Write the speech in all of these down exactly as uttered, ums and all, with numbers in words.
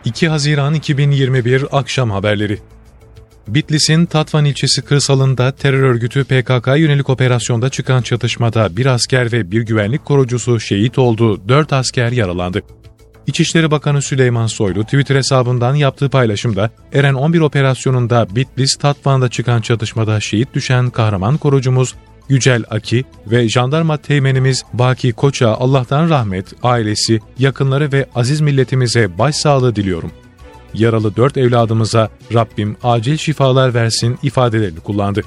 iki Haziran iki bin yirmi bir Akşam Haberleri. Bitlis'in Tatvan ilçesi kırsalında terör örgütü P K K'ya yönelik operasyonda çıkan çatışmada bir asker ve bir güvenlik korucusu şehit oldu, dört asker yaralandı. İçişleri Bakanı Süleyman Soylu Twitter hesabından yaptığı paylaşımda Eren on bir operasyonunda Bitlis Tatvan'da çıkan çatışmada şehit düşen kahraman korucumuz Yücel Aki ve jandarma teğmenimiz Baki Koç'a Allah'tan rahmet, ailesi, yakınları ve aziz milletimize başsağlığı diliyorum. Yaralı dört evladımıza Rabbim acil şifalar versin ifadelerini kullandı.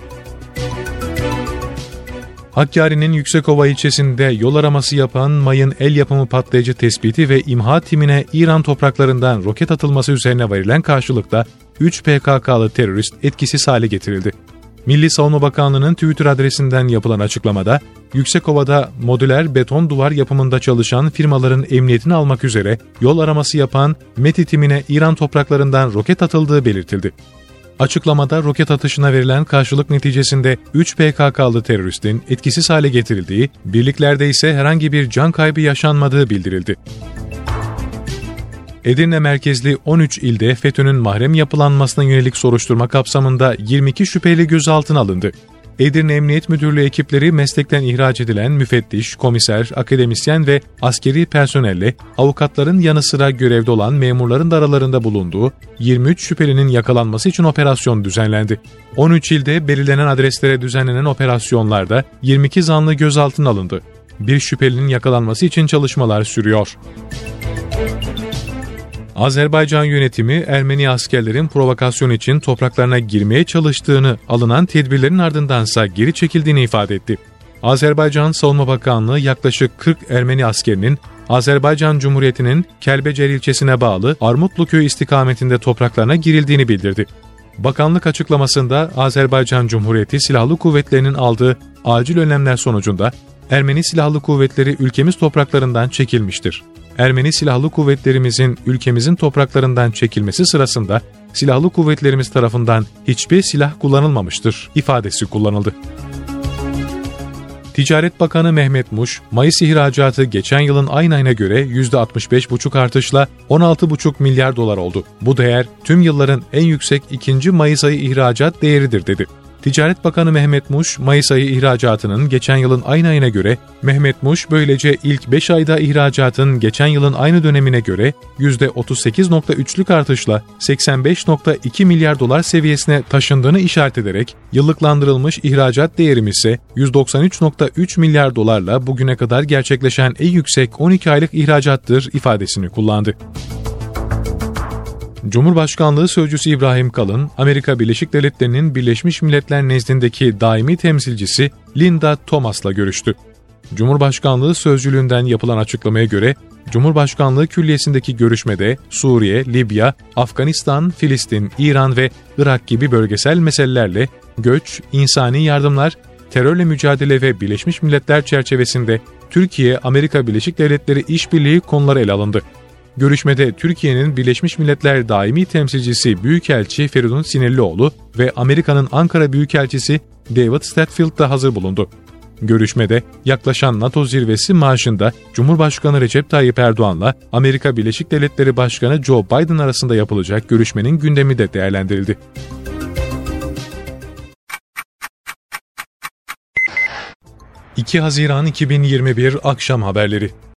Hakkari'nin Yüksekova ilçesinde yol araması yapan mayın el yapımı patlayıcı tespiti ve imha timine İran topraklarından roket atılması üzerine verilen karşılıkta üç P K K'lı terörist etkisiz hale getirildi. Milli Savunma Bakanlığı'nın Twitter adresinden yapılan açıklamada, Yüksekova'da modüler beton duvar yapımında çalışan firmaların emniyetini almak üzere yol araması yapan METİ timine İran topraklarından roket atıldığı belirtildi. Açıklamada roket atışına verilen karşılık neticesinde üç P K K'lı teröristin etkisiz hale getirildiği, birliklerde ise herhangi bir can kaybı yaşanmadığı bildirildi. Edirne merkezli on üç ilde FETÖ'nün mahrem yapılanmasına yönelik soruşturma kapsamında yirmi iki şüpheli gözaltına alındı. Edirne Emniyet Müdürlüğü ekipleri meslekten ihraç edilen müfettiş, komiser, akademisyen ve askeri personelle avukatların yanı sıra görevde olan memurların da aralarında bulunduğu yirmi üç şüphelinin yakalanması için operasyon düzenlendi. on üç ilde belirlenen adreslere düzenlenen operasyonlarda yirmi iki zanlı gözaltına alındı. Bir şüphelinin yakalanması için çalışmalar sürüyor. Azerbaycan yönetimi Ermeni askerlerin provokasyon için topraklarına girmeye çalıştığını, alınan tedbirlerin ardındansa geri çekildiğini ifade etti. Azerbaycan Savunma Bakanlığı yaklaşık kırk Ermeni askerinin Azerbaycan Cumhuriyeti'nin Kelbecer ilçesine bağlı Armutluköy istikametinde topraklarına girildiğini bildirdi. Bakanlık açıklamasında Azerbaycan Cumhuriyeti Silahlı Kuvvetleri'nin aldığı acil önlemler sonucunda Ermeni Silahlı Kuvvetleri ülkemiz topraklarından çekilmiştir. Ermeni Silahlı Kuvvetlerimizin ülkemizin topraklarından çekilmesi sırasında Silahlı Kuvvetlerimiz tarafından hiçbir silah kullanılmamıştır ifadesi kullanıldı. Ticaret Bakanı Mehmet Muş, Mayıs ihracatı geçen yılın aynı ayına göre yüzde altmış beş virgül beş artışla on altı virgül beş milyar dolar oldu. Bu değer tüm yılların en yüksek ikinci Mayıs ayı ihracat değeridir dedi. Ticaret Bakanı Mehmet Muş, Mayıs ayı ihracatının geçen yılın aynı ayına göre, Mehmet Muş böylece ilk beş ayda ihracatın geçen yılın aynı dönemine göre yüzde otuz sekiz virgül üç'lük artışla seksen beş virgül iki milyar dolar seviyesine taşındığını işaret ederek, yıllıklandırılmış ihracat değerimiz ise yüz doksan üç virgül üç milyar dolarla bugüne kadar gerçekleşen en yüksek on iki aylık ihracattır ifadesini kullandı. Cumhurbaşkanlığı Sözcüsü İbrahim Kalın, Amerika Birleşik Devletleri'nin Birleşmiş Milletler nezdindeki daimi temsilcisi Linda Thomas'la görüştü. Cumhurbaşkanlığı Sözcülüğünden yapılan açıklamaya göre, Cumhurbaşkanlığı Külliyesi'ndeki görüşmede Suriye, Libya, Afganistan, Filistin, İran ve Irak gibi bölgesel meselelerle göç, insani yardımlar, terörle mücadele ve Birleşmiş Milletler çerçevesinde Türkiye-Amerika Birleşik Devletleri işbirliği konuları ele alındı. Görüşmede Türkiye'nin Birleşmiş Milletler Daimi Temsilcisi Büyükelçi Feridun Sinirlioğlu ve Amerika'nın Ankara Büyükelçisi David Statfield da hazır bulundu. Görüşmede yaklaşan NATO zirvesi maaşında Cumhurbaşkanı Recep Tayyip Erdoğan'la Amerika Birleşik Devletleri Başkanı Joe Biden arasında yapılacak görüşmenin gündemi de değerlendirildi. iki Haziran iki bin yirmi bir Akşam Haberleri.